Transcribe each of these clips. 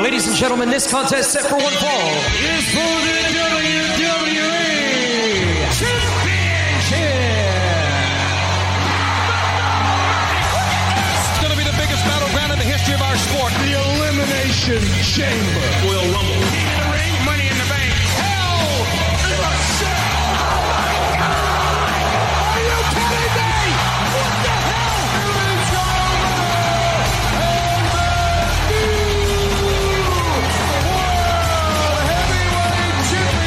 Ladies and gentlemen, this contest set for one fall is for the WWE Championship. It's going to be the biggest battleground in the history of our sport. The Elimination Chamber. Royal Rumble. King of the Ring, Money in the Bank. Hell in a Cell. Oh my God! Are you kidding me? What the hell? It's over! And the new World Heavyweight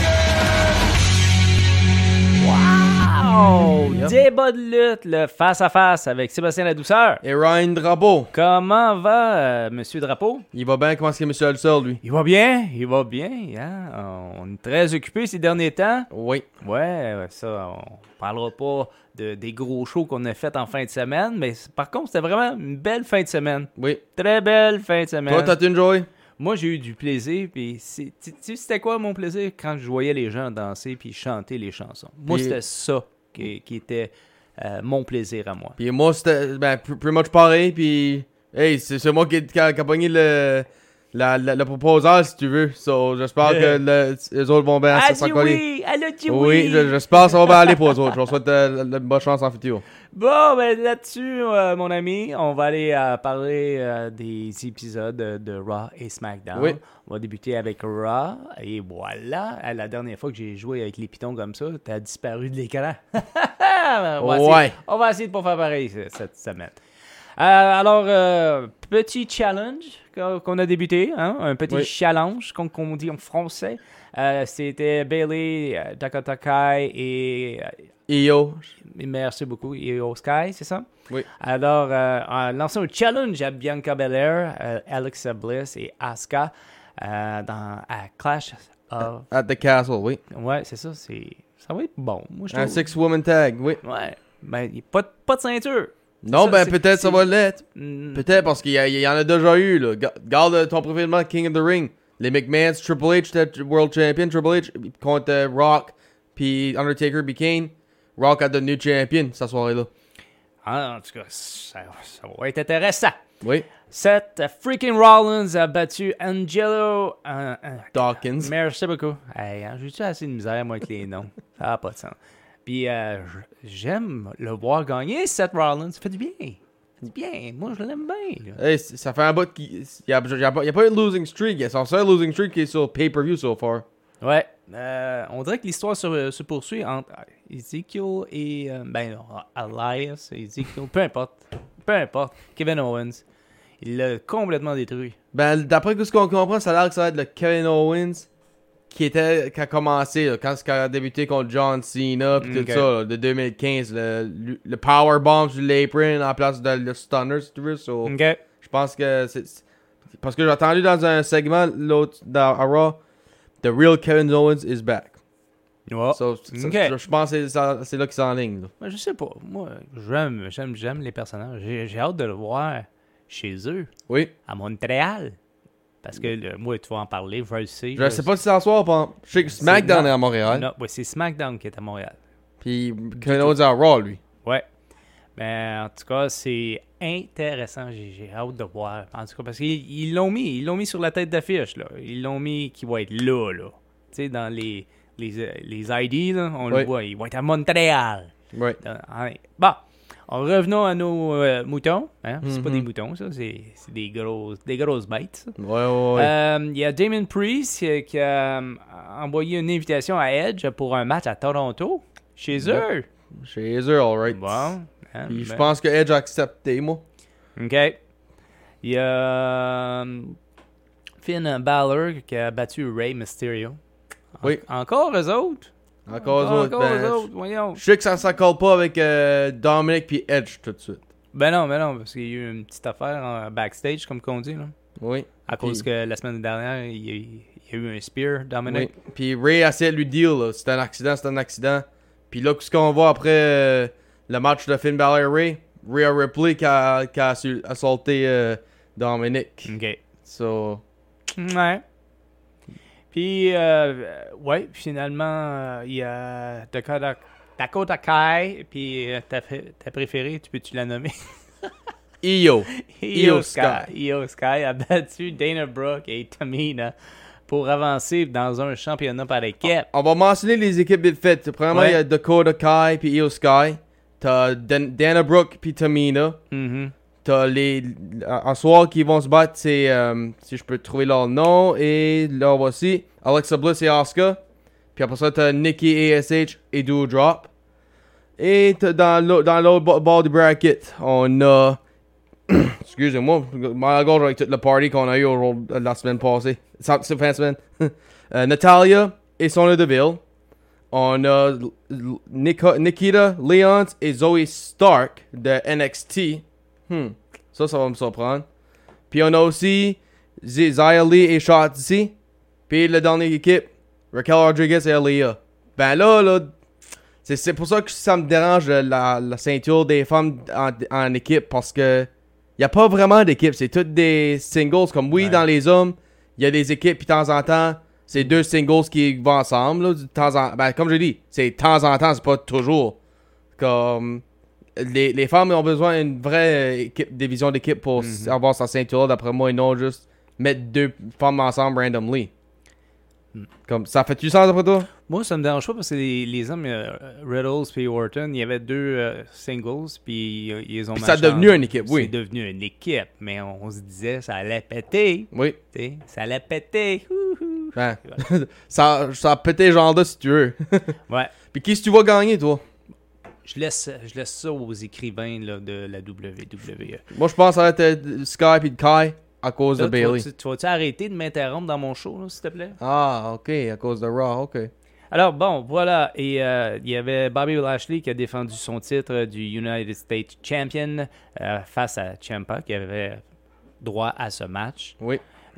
Champion. Wow! Débat de lutte, le face-à-face avec Sébastien Ladouceur. Et Ryan Drapeau. Comment va, Monsieur Drapeau? Il va bien, comment est-ce que M. Ulcer, lui? Il va bien. Hein? On est très occupés ces derniers temps. Oui. Ouais, ça, on parlera pas des gros shows qu'on a fait en fin de semaine, mais par contre, c'était vraiment une belle fin de semaine. Oui. Très belle fin de semaine. Toi, t'as enjoy? Moi, j'ai eu du plaisir, puis tu sais, c'était quoi mon plaisir? Quand je voyais les gens danser puis chanter les chansons. Moi, Puis- c'était ça qui était mon plaisir à moi. Puis moi, c'était pretty much pareil, puis... Hey, c'est moi qui a pogné le proposal, si tu veux. So, j'espère que les autres vont bien Elle s'en dit coller. oui! Elle a dit Oui, oui! j'espère que ça va bien aller pour eux autres. Je leur souhaite la bonne chance en futur. Bon, ben là-dessus, mon ami, on va aller parler des épisodes de Raw et SmackDown. Oui. On va débuter avec Raw. Et voilà, la dernière fois que j'ai joué avec les pitons comme ça, t'as disparu de l'écran. On va essayer de pas faire pareil cette semaine. Alors, petit challenge qu'on a débuté, hein? Un petit challenge, comme on dit en français. C'était Bayley, Dakota Kai et... Io. Merci beaucoup. Io Sky, c'est ça? Oui. Alors, on a lancé un challenge à Bianca Belair, Alexa Bliss et Asuka à Clash of... At the Castle, oui. Ouais, c'est ça. Ça va être bon. Moi, je Un trouve... 6-woman tag, oui. Ouais. Ben, pas de ceinture. Non, ça, peut-être ça va l'être. Mm, Peut-être parce qu'il y en a déjà eu, là. Garde ton préféré King of the Ring. Les McMahons, Triple H, c'était World Champion. Triple H contre Rock, puis Undertaker, puis Kane. Rock a devenu champion cette soirée-là. en tout cas, ça va être intéressant. Oui. Seth freaking Rollins a battu Angelo Dawkins. Merci beaucoup. Hey, hein, j'ai-tu assez de misère, moi, avec les noms? Ça n'a pas de sens. Puis, j'aime le voir gagner, Seth Rollins. Ça fait du bien. Ça fait du bien. Moi, je l'aime bien. Là. Hey, ça fait un bout qu'il y a pas eu de losing streak. Il y a son seul losing streak qui est sur pay-per-view so far. Ouais. On dirait que l'histoire se poursuit entre Ezekiel et... Elias, Ezekiel, peu importe. Kevin Owens. Il l'a complètement détruit. Ben, d'après ce qu'on comprend, ça a l'air que ça va être le Kevin Owens qui a commencé là, quand il a débuté contre John Cena pis tout ça là, de 2015. Le powerbomb sur l'apron en place de le stunner, si tu veux. So, OK. je pense que c'est... Parce que j'ai entendu dans un segment l'autre dans Raw, The real Kevin Owens is back. Ouais. So, je pense que c'est là qu'il s'enligne. Là. Ben, je sais pas. Moi, j'aime les personnages. J'ai hâte de le voir chez eux, Oui. à Montréal. Parce que, moi, tu vas en parler, je le sais. Je sais pas si c'est en soir ou je sais que SmackDown est à Montréal. Non, ouais, c'est SmackDown qui est à Montréal. Puis Kevin Owens est à Raw, lui. Ouais. Mais en tout cas, c'est intéressant. J'ai hâte de voir. En tout cas, parce qu'ils l'ont mis sur la tête d'affiche, là. Ils l'ont mis qu'il va être là. Tu sais, dans les ID, là, on le voit. Il va être à Montréal. Ouais. Bon, revenons à nos moutons. Hein? C'est pas des moutons, ça. C'est des grosses bêtes, ça. Ouais. Il y a Damon Priest qui a envoyé une invitation à Edge pour un match à Toronto, chez eux. Chez eux, alright. Bon. Hein, Puis je pense que Edge a accepté, moi. OK. Il y a Finn Balor qui a battu Rey Mysterio. Oui. Encore eux autres? Encore eux autres. Voyons. Je sais que ça ne s'accorde pas avec Dominic puis Edge tout de suite. Ben non, parce qu'il y a eu une petite affaire en backstage, comme qu'on dit, là. Oui. À cause que la semaine dernière, il y a eu un spear, Dominic. Oui. Puis Ray a essayé de lui deal, là. C'était un accident. Puis là, ce qu'on voit après le match de Finn Balor et Ray, Rhea Ripley qui a assaulté Dominic. OK. So... Ouais. Puis, finalement, il y a Dakota Kai, puis ta préférée, tu peux-tu la nommer? Io Io Sky a battu Dana Brooke et Tamina pour avancer dans un championnat par équipe. On va mentionner les équipes vite fait. Premièrement, il y a Dakota Kai puis Io Sky. T'as Dana Brooke puis Tamina. T'as les... En soir qui vont se battre, c'est... si je peux trouver leur nom. Et là, voici Alexa Bliss et Asuka. Puis après ça, t'as Nikki ASH et Doudrop. Et dans l'autre bord du bracket, on a... Excusez-moi, ma gorge avec toute la party qu'on a eu la semaine passée. Cette fin de semaine. Natalia et Sonya Deville. On a Nikita Lyons et Zoe Stark de NXT. Ça va me surprendre. Puis on a aussi Xia Li et Shotzi. Puis la dernière équipe, Raquel Rodriguez et Aaliyah. Ben là, c'est pour ça que ça me dérange la ceinture des femmes en équipe, parce que y a pas vraiment d'équipe, c'est toutes des singles. Comme dans les hommes, il y a des équipes, puis de temps en temps, c'est deux singles qui vont ensemble. Là, comme je dis, c'est de temps en temps, c'est pas toujours. Comme les femmes ont besoin d'une vraie division d'équipe pour avoir sa ceinture, d'après moi, et non juste mettre deux femmes ensemble randomly. Comme, ça fait-tu sens après toi? Moi, ça me dérange pas parce que les hommes, Riddles et Orton, il y avait deux singles, puis ils ont matché. Ça a devenu une équipe, oui. C'est devenu une équipe, mais on se disait ça allait péter. Oui. T'sais, ça allait péter. Ben, ça a pété genre là si tu veux. Ouais. Puis qui est-ce que tu vas gagner, toi? Je laisse ça aux écrivains là, de la WWE. Moi, je pense que ça va être Sky et Kai. À cause de Bayley. Tu vas-tu arrêter de m'interrompre dans mon show, là, s'il te plaît? Ah, ok, à cause de Raw, ok. Alors, bon, voilà. Et il y avait Bobby Lashley qui a défendu son titre du United States Champion face à Ciampa, qui avait droit à ce match. Oui.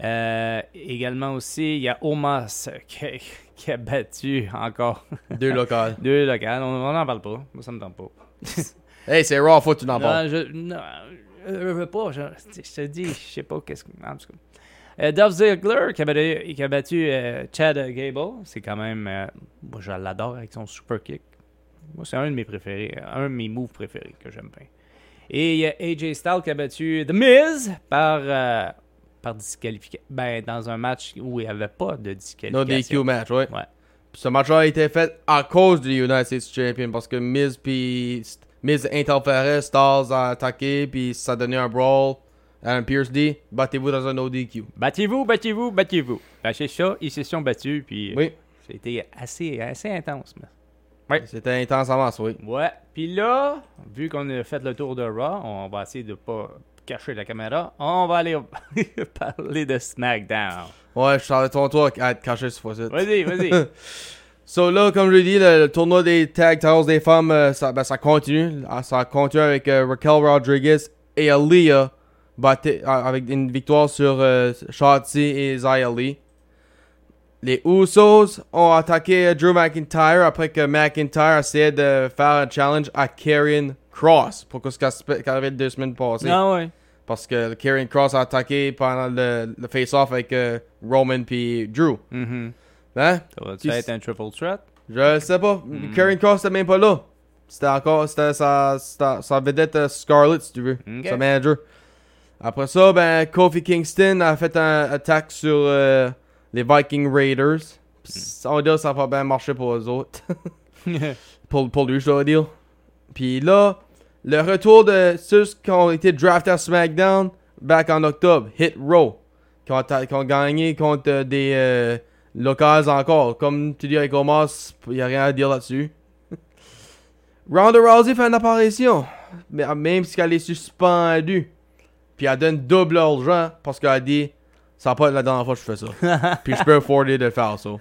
Également aussi, il y a Omos qui a battu encore. Deux locales. Deux locales. On n'en parle pas. Moi, ça me tente pas. Hey, c'est Raw, faut que tu n'en parles. Non, je veux pas, je te dis, je sais pas qu'est-ce que... En tout cas. Dolph Ziggler qui a battu Chad Gable. C'est quand même... moi, je l'adore avec son super kick. Moi, c'est un de mes préférés. Un de mes moves préférés que j'aime bien. Et il y a AJ Styles qui a battu The Miz par disqualification. Ben, dans un match où il n'y avait pas de disqualification. No DQ match, ouais. Ouais. Ce match-là a été fait à cause du United States Champion, parce que Miz interférait, Styles a attaqué, puis ça a donné un brawl. Adam Pearce dit, battez-vous dans un ODQ. Battez-vous. Ben, c'est ça, ils se sont battus, puis oui. C'était assez intense. Mais... Ouais. C'était intense en masse, oui. Ouais, puis là, vu qu'on a fait le tour de Raw, on va essayer de pas cacher la caméra, on va aller parler de SmackDown. Ouais, je savais ton tour à être caché cette fois-ci. Vas-y. So là, comme je l'ai dit, le tournoi des tag titles des femmes, ça continue. Ça continue avec Raquel Rodriguez et Aaliyah avec une victoire sur Shotzi et Xia Li. Les Usos ont attaqué Drew McIntyre après que McIntyre essayait de faire un challenge à Karrion Kross pour ce qui est arrivé 2 semaines passées. Ah ouais. Parce que Karrion Kross a attaqué pendant le face-off avec Roman puis Drew. Hein? Ça va-tu être un triple threat? Je sais pas. Karrion Kross c'était même pas là. C'était sa vedette Scarlett, si tu veux. Okay. Sa manager. Après ça, ben, Kofi Kingston a fait un attaque sur les Viking Raiders. On va dire que ça n'a pas bien marché pour eux autres. pour lui, je dois dire. Puis là, le retour de ceux qui ont été draftés à SmackDown back en octobre, Hit Row, qui ont gagné contre des locales encore. Comme tu dis avec Omos, il n'y a rien à dire là-dessus. Ronda Rousey fait une apparition, même si elle est suspendue. Puis elle donne double argent parce qu'elle a dit ça va pas être la dernière fois que je fais ça. Puis je peux afforder de faire ça.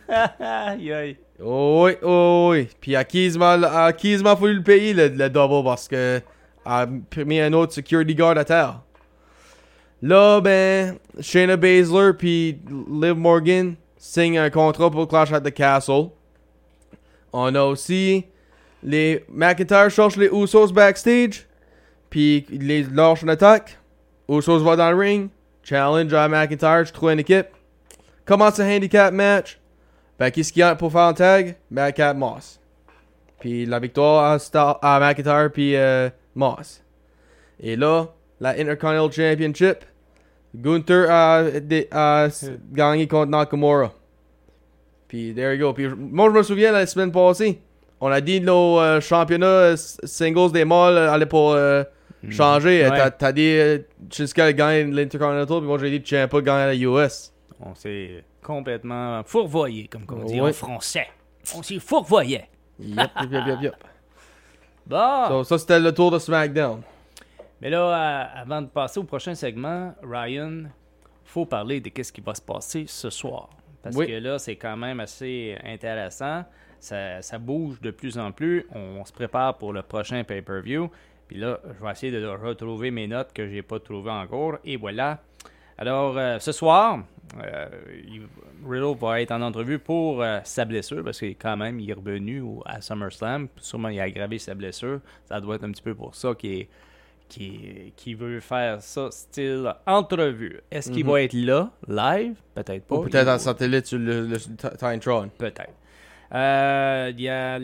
Oui. Puis elle a quasiment fallu le payer le double parce que elle a mis un autre security guard à terre. Là, ben, Shayna Baszler puis Liv Morgan signent un contrat pour Clash at the Castle. On a aussi les McIntyre cherchent les Usos backstage. Puis ils les lâchent une attaque. Usos va dans le ring. Challenge à McIntyre, je trouve une équipe. Commence un handicap match. Ben, qu'est-ce qu'il y a pour faire un tag? Madcap Moss. Puis la victoire à McIntyre puis Moss. Et là, la Intercontinental Championship. Gunther a gagné contre Nakamura. Puis, there you go. Puis, moi, je me souviens la semaine passée, on a dit nos championnats singles des mâles allaient pas changer. Ouais. T'as dit Shinsuke gagne l'Intercontinental, puis moi, j'ai dit Ciampa gagne la US. On s'est complètement fourvoyé, comme on dit Ouais. en français. On s'est fourvoyé. Yep. Bon. Ça, c'était le tour de SmackDown. Mais là, avant de passer au prochain segment, Ryan, faut parler de qu'est-ce qui va se passer ce soir. Parce Oui. que là, c'est quand même assez intéressant. Ça bouge de plus en plus. On se prépare pour le prochain pay-per-view. Puis là, je vais essayer de retrouver mes notes que j'ai pas trouvées encore. Et voilà. Alors, ce soir, Riddle va être en entrevue pour sa blessure, parce que quand même, il est revenu à SummerSlam. Sûrement, il a aggravé sa blessure. Ça doit être un petit peu pour ça qu'il veue faire ça, style entrevue. Est-ce qu'il va être là, live? Peut-être pas. Ou peut-être en satellite sur le Titantron. Peut-être. Il y a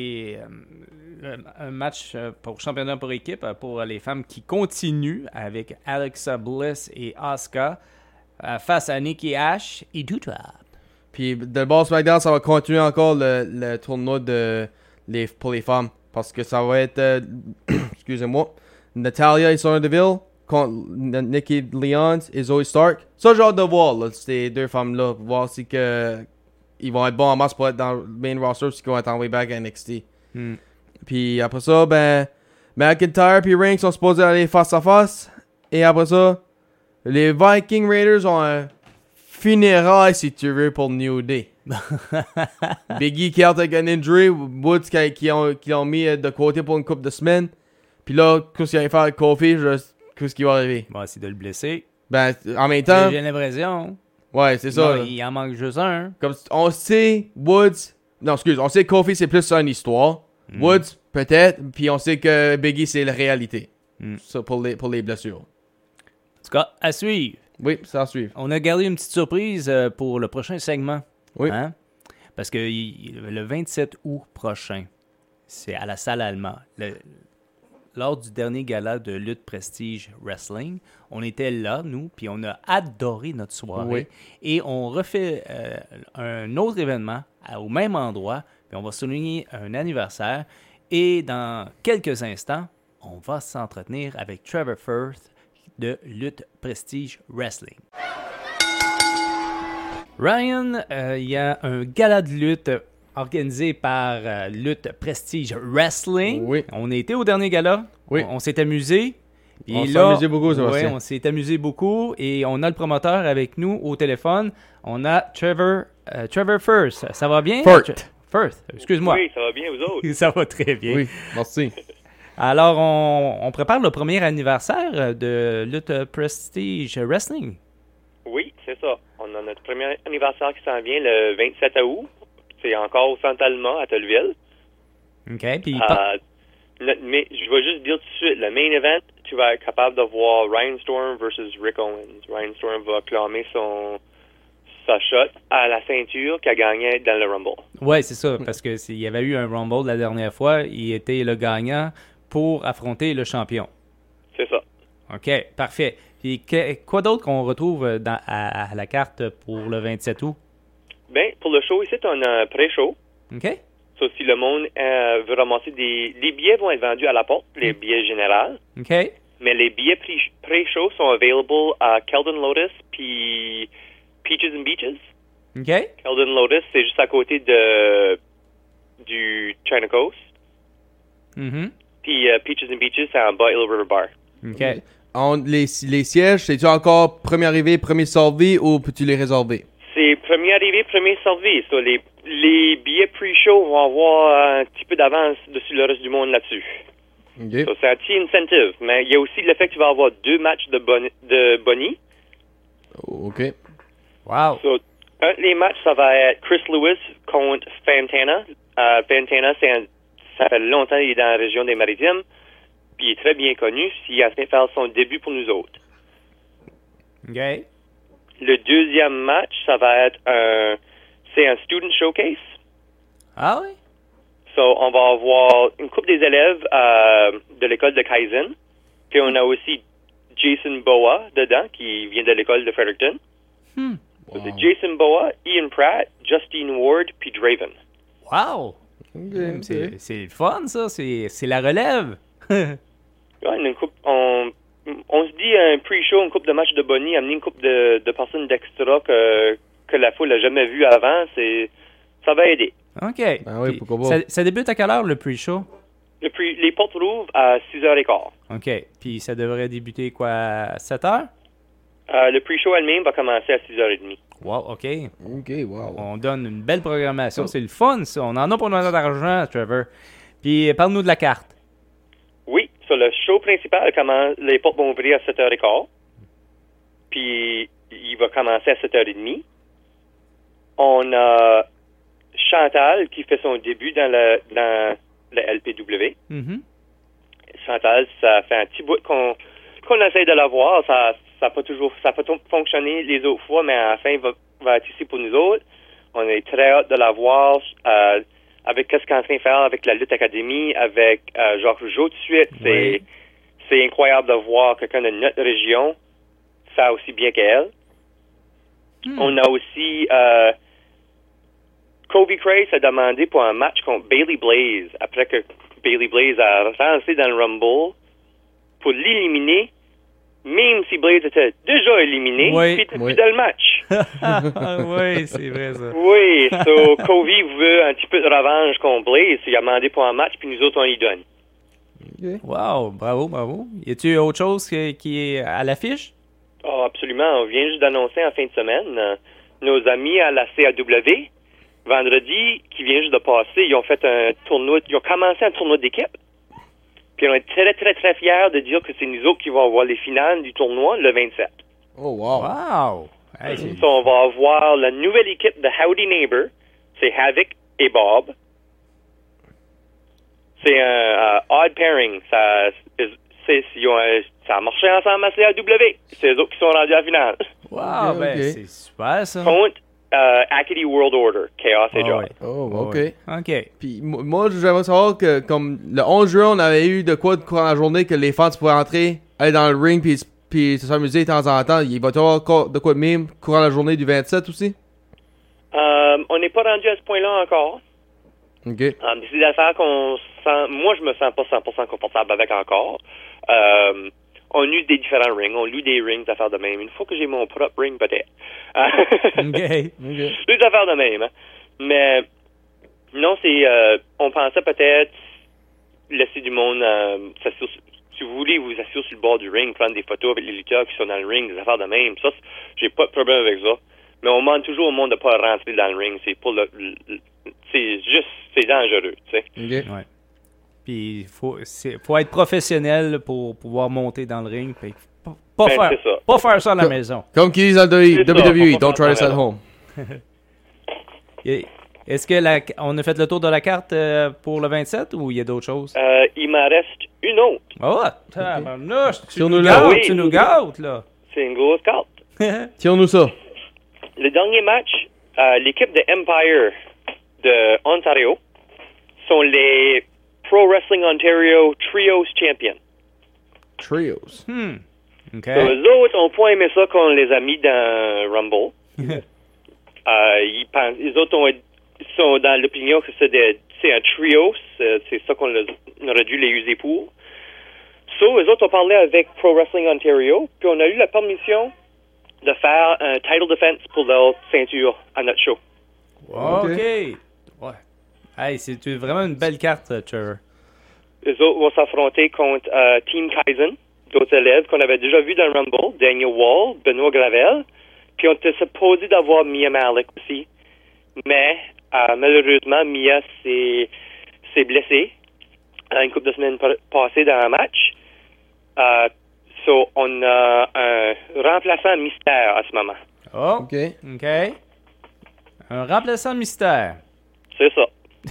un match pour championnat par équipe pour les femmes qui continue avec Alexa Bliss et Asuka face à Nikki Ash et Doudrop. Puis de base SmackDown, ça va continuer encore le tournoi pour les femmes. Parce que ça va être, excusez-moi, Natalia et Sonya Deville contre Nikki Lyons et Zoe Stark. Ça, j'ai hâte de voir, là, ces deux femmes-là. Pour voir si ils vont être bons en masse pour être dans le main roster, puis qu'ils vont être envoyés back à NXT. Puis après ça, McIntyre et Reigns sont supposés aller face à face. Et après ça, les Viking Raiders ont un funérail, si tu veux, pour New Day. Biggie qui est out avec un injury, Woods qui ont mis de côté pour une couple de semaines. Puis là, qu'est-ce qu'il va faire avec Kofi, qu'est-ce qui va arriver? Bon, c'est de le blesser. En même temps, J'ai l'impression. ouais, c'est ça. Non, il en manque juste un. Comme on sait, on sait que Kofi c'est plus une histoire. Woods, peut-être. Puis on sait que Biggie c'est la réalité. Ça pour les blessures. En tout cas, à suivre. Oui, ça va suivre. On a gardé une petite surprise pour le prochain segment. Oui. Hein? Parce que le 27 août prochain, c'est à la salle allemande. Lors du dernier gala de lutte prestige wrestling, on était là, nous, puis on a adoré notre soirée. Oui. Et on refait un autre événement au même endroit, puis on va souligner un anniversaire. Et dans quelques instants, on va s'entretenir avec Trevor Firth de Lutte Prestige Wrestling. Ryan, il y a un gala de lutte organisé par Lutte Prestige Wrestling. Oui. On a été au dernier gala. Oui. On s'est amusé. Et On s'est là, amusé beaucoup, Sébastien. ouais, on s'est amusé beaucoup. Et on a le promoteur avec nous au téléphone. On a Trevor Firth. Ça va bien? Firth, excuse-moi. Oui, ça va bien, vous autres? Ça va très bien. Oui, merci. Alors, on prépare le premier anniversaire de Lutte Prestige Wrestling. Oui, c'est ça. On a notre premier anniversaire qui s'en vient le 27 août. C'est encore au Centre Allemand à Tolville. OK. Puis, Mais je vais juste dire tout de suite, le main event, tu vas être capable de voir Ryan Storm versus Rick Owens. Ryan Storm va clamer sa shot à la ceinture qu'il a gagné dans le Rumble. ouais, c'est ça. Parce que s'il y avait eu un Rumble la dernière fois, il était le gagnant pour affronter le champion. C'est ça. OK, parfait. Puis, quoi d'autre qu'on retrouve à la carte pour le 27 août? Ben, pour le show ici, on a un pré-show. OK. So, si le monde veut ramasser les billets vont être vendus à la porte, les billets généraux. OK. Mais les billets pré-show sont available à Keldon Lotus puis Peaches and Beaches. OK. Keldon Lotus, c'est juste à côté du China Coast. Mhm. Puis Peaches and Beaches, c'est en bas Hill River Bar. OK. Les sièges, c'est-tu encore premier arrivé, premier servi ou peux-tu les réserver? C'est premier arrivé, premier servi. So, les billets pre-show vont avoir un petit peu d'avance dessus le reste du monde là-dessus. OK. So, c'est un petit incentive. Mais il y a aussi le fait que tu vas avoir 2 matchs de Bonnie. OK. Wow. So, un des matchs, ça va être Chris Lewis contre Fantana. Fantana, ça fait longtemps qu'il est dans la région des Maritimes. Puis il est très bien connu. Il a fait faire son début pour nous autres. OK. Le deuxième match, ça va être un student showcase. Ah oui? So, on va avoir une couple des élèves de l'école de Kaizen. Puis on a aussi Jason Boa dedans, qui vient de l'école de Fredericton. So, c'est Jason Boa, Ian Pratt, Justine Ward, puis Draven. Wow! C'est le fun, ça. C'est la relève. Ouais, on se dit un pre-show, une coupe de match de Bonnie, amener une coupe de personnes d'extra que la foule n'a jamais vu avant, ça va aider. OK. Ben oui, pourquoi pas. Ça débute à quelle heure, le pre-show? Les portes rouvrent à 6h15. OK. Puis ça devrait débuter, quoi, à 7h? Le pre-show elle-même va commencer à 6h30. Wow, OK. OK, wow. On donne une belle programmation. C'est le fun, ça. On en a pour notre argent, Trevor. Puis parle-nous de la carte. Oui, sur le show principal, les portes vont ouvrir à 7h15. Puis il va commencer à 7h30. On a Chantal qui fait son début dans le LPW. Mm-hmm. Chantal, ça fait un petit bout qu'on essaie de la voir. Ça n'a pas fonctionné les autres fois, mais à la fin, va être ici pour nous autres. On est très hâte de la voir avec ce qu'on est en train de faire avec la Lutte Académie, avec Jacques Rougeau tout de suite. Oui. C'est incroyable de voir quelqu'un de notre région faire aussi bien qu'elle. On a aussi Kobe Crace a demandé pour un match contre Bailey Blaze, après que Bailey Blaze a lancé dans le Rumble, pour l'éliminer, même si Blaze était déjà éliminé, Oui. puis était plus dans le match. Oui, c'est vrai, ça. Oui, so Kobe veut un petit peu de revanche contre Blaze, il a demandé pour un match, puis nous autres, on y donne. Wow, bravo. Y a-tu autre chose qui est à l'affiche? Oh, absolument. On vient juste d'annoncer en fin de semaine, nos amis à la CAW, vendredi, qui vient juste de passer, ils ont fait un tournoi, ils ont commencé un tournoi d'équipe. Puis on est très, très, très fiers de dire que c'est nous autres qui vont avoir les finales du tournoi le 27. Oh, wow. Wow! Hey, c'est- So, on va avoir la nouvelle équipe de Howdy Neighbor, c'est Havoc et Bob. C'est un odd pairing. Ça a marché ensemble à CAW. C'est eux autres qui sont rendus à la finale. Wow, Ok, ben ok. c'est super, ça. Contre Acadie World Order, Chaos et Ah, Joy. ouais. Oh, Ah, OK. ouais. OK. Puis moi, j'aimerais savoir que, comme le 11 juin, on avait eu de quoi de courant la journée que les fans pouvaient entrer, aller dans le ring, puis se s'amuser de temps en temps. Il va y avoir encore de quoi de même courant la journée du 27 aussi? On n'est pas rendu à ce point-là encore. OK. C'est des affaires qu'on sent... Moi, je me sens pas 100% confortable avec encore. On use des différents rings. On loue des rings, d'affaires de même. Une fois que j'ai mon propre ring, peut-être. OK. Des affaires de même. Hein. Mais non, c'est... on pensait peut-être laisser du monde s'asseoir... Si vous voulez vous asseoir sur le bord du ring, prendre des photos avec les lutteurs qui sont dans le ring, des affaires de même. Ça, j'ai pas de problème avec ça. Mais on demande toujours au monde de pas rentrer dans le ring. C'est pour c'est juste... C'est dangereux, tu sais. OK. Ouais. Puis faut être professionnel pour pouvoir monter dans le ring. Fait que pas Ben, faire c'est ça. pas faire ça à la maison. Comme qu'ils disent dans le C'est ça, WWE, on don't try this va at faire home. Est-ce que on a fait le tour de la carte pour le 27 ou il y a d'autres choses? Il m'en reste une autre. Oh, tabarnouche, tu Tire-nous nous là. gâtes, Oui. tu nous gâtes, là. C'est une grosse carte. Tire-nous ça. Le dernier match, l'équipe de Empire de Ontario sont les Pro Wrestling Ontario Trios Champions. Trios. OK. Eux autres ont pas aimé ça qu'on les a mis dans Rumble. Les autres sont dans l'opinion que c'est un trio, c'est ça qu'on aurait dû les user pour. So, eux autres ont parlé avec Pro Wrestling Ontario, puis on a eu la permission de faire un title defense pour leur ceinture à notre show. OK. Ouais. Hey, c'est vraiment une belle carte, Trevor. Eux autres vont s'affronter contre Team Kaizen, d'autres élèves qu'on avait déjà vus dans le Rumble, Daniel Wall, Benoît Gravel, puis on était supposé d'avoir Mia Malik aussi. Mais malheureusement, Mia s'est blessée une couple de semaines passées dans un match. So, on a un remplaçant mystère à ce moment. Oh, OK. OK. Un remplaçant mystère. C'est ça.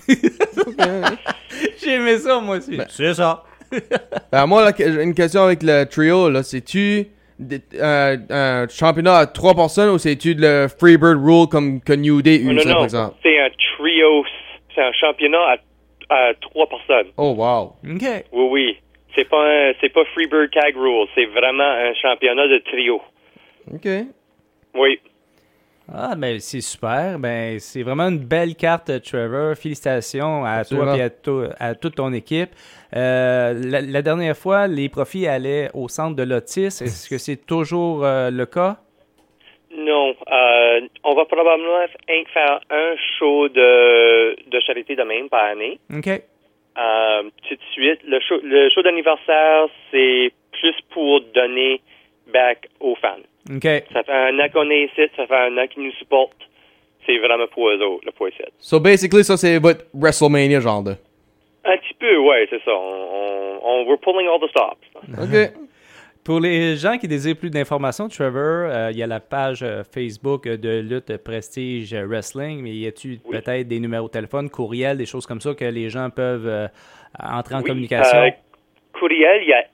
J'ai aimé ça, moi aussi. C'est ça. Ben, moi, là, j'ai une question avec le trio, là. C'est-tu un championnat à 3 personnes ou c'est-tu le Freebird Rule comme que New Day Non, use, par non, exemple? c'est un trio. C'est un championnat à 3 personnes. Oh, wow. OK. Oui, oui. C'est pas Freebird Tag Rule, c'est vraiment un championnat de trio. OK. Oui. Ah, ben c'est super. Ben, c'est vraiment une belle carte, Trevor. Félicitations à Absolument. toi et à toute ton équipe. La dernière fois, les profits allaient au centre de l'autisme. Est-ce que c'est toujours le cas? Non. On va probablement faire un show de charité de même par année. OK. Tout de suite, le show d'anniversaire, c'est plus pour donner back aux fans. OK. Ça fait un an qu'on est ici, ça fait un an qu'ils nous supportent. C'est vraiment pour eux autres, le point 7. So basically, ça c'est votre WrestleMania genre de. Un petit peu, ouais, c'est ça. We're pulling all the stops. OK. Pour les gens qui désirent plus d'informations, Trevor, il y a la page Facebook de Lutte Prestige Wrestling, mais y a-tu peut-être des numéros de téléphone, courriel, des choses comme ça que les gens peuvent entrer en communication? Courriel, il y a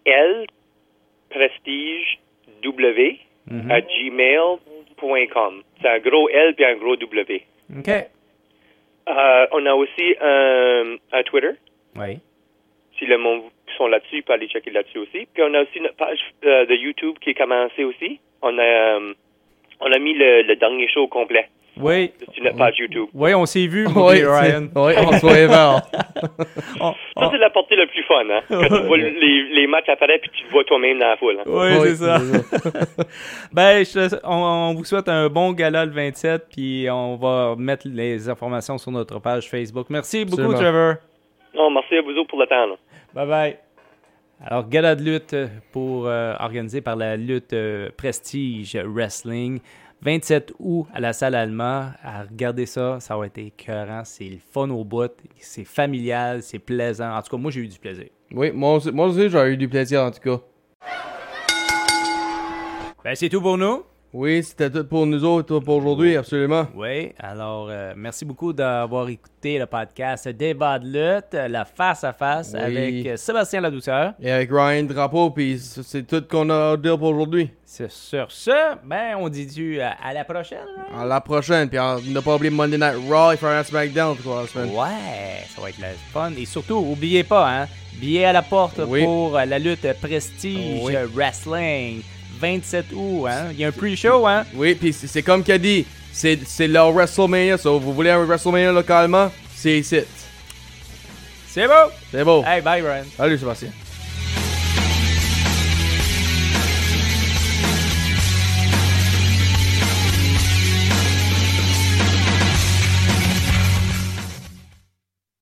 lprestigew@gmail.com. C'est un gros L puis un gros W. OK. On a aussi un Twitter. Oui. Si le monde sont là-dessus, ils peuvent aller checker là-dessus aussi. Puis on a aussi notre page de YouTube qui est commencée aussi. On a mis le dernier show au complet Oui. sur notre page YouTube. Oui, on s'est vu, Oui, et Ryan. oui, on se voyait vers. Ça, c'est la partie la plus fun, hein? Quand tu vois les matchs apparaître puis tu te vois toi-même dans la foule. Hein? Oui, Oui, c'est ça. Ben, on vous souhaite un bon gala le 27, puis on va mettre les informations sur notre page Facebook. Merci beaucoup, Absolument. Trevor. Non, merci à vous autres pour le temps. Là. Bye-bye. Alors, gala de lutte organisé par la Lutte Prestige Wrestling. 27 août à la salle Alma. Regardez ça, ça va être écœurant. C'est le fun au bout. C'est familial, c'est plaisant. En tout cas, moi, j'ai eu du plaisir. Oui, moi aussi j'ai eu du plaisir en tout cas. Ben, c'est tout pour nous. Oui, c'était tout pour nous autres pour aujourd'hui, absolument. Oui, alors merci beaucoup d'avoir écouté le podcast Débat de lutte, la face-à-face Oui. avec Sébastien Ladouceur. Et avec Ryan Drapeau, puis c'est tout qu'on a à dire pour aujourd'hui. C'est sur ce, ben on dit à la prochaine. Hein? À la prochaine, puis on n'a pas oublié Monday Night Raw et Friday Night SmackDown quoi, la semaine. Ouais, ça va être le fun. Et surtout, oubliez pas, hein, billets à la porte Oui. pour la lutte Prestige Oui. Wrestling. 27 août, hein? Il y a un pre-show, hein? Oui, puis c'est comme qu'a dit, c'est leur WrestleMania, so vous voulez un WrestleMania localement, c'est ici. C'est beau! C'est beau. Hey, bye, Brian. Salut Sébastien.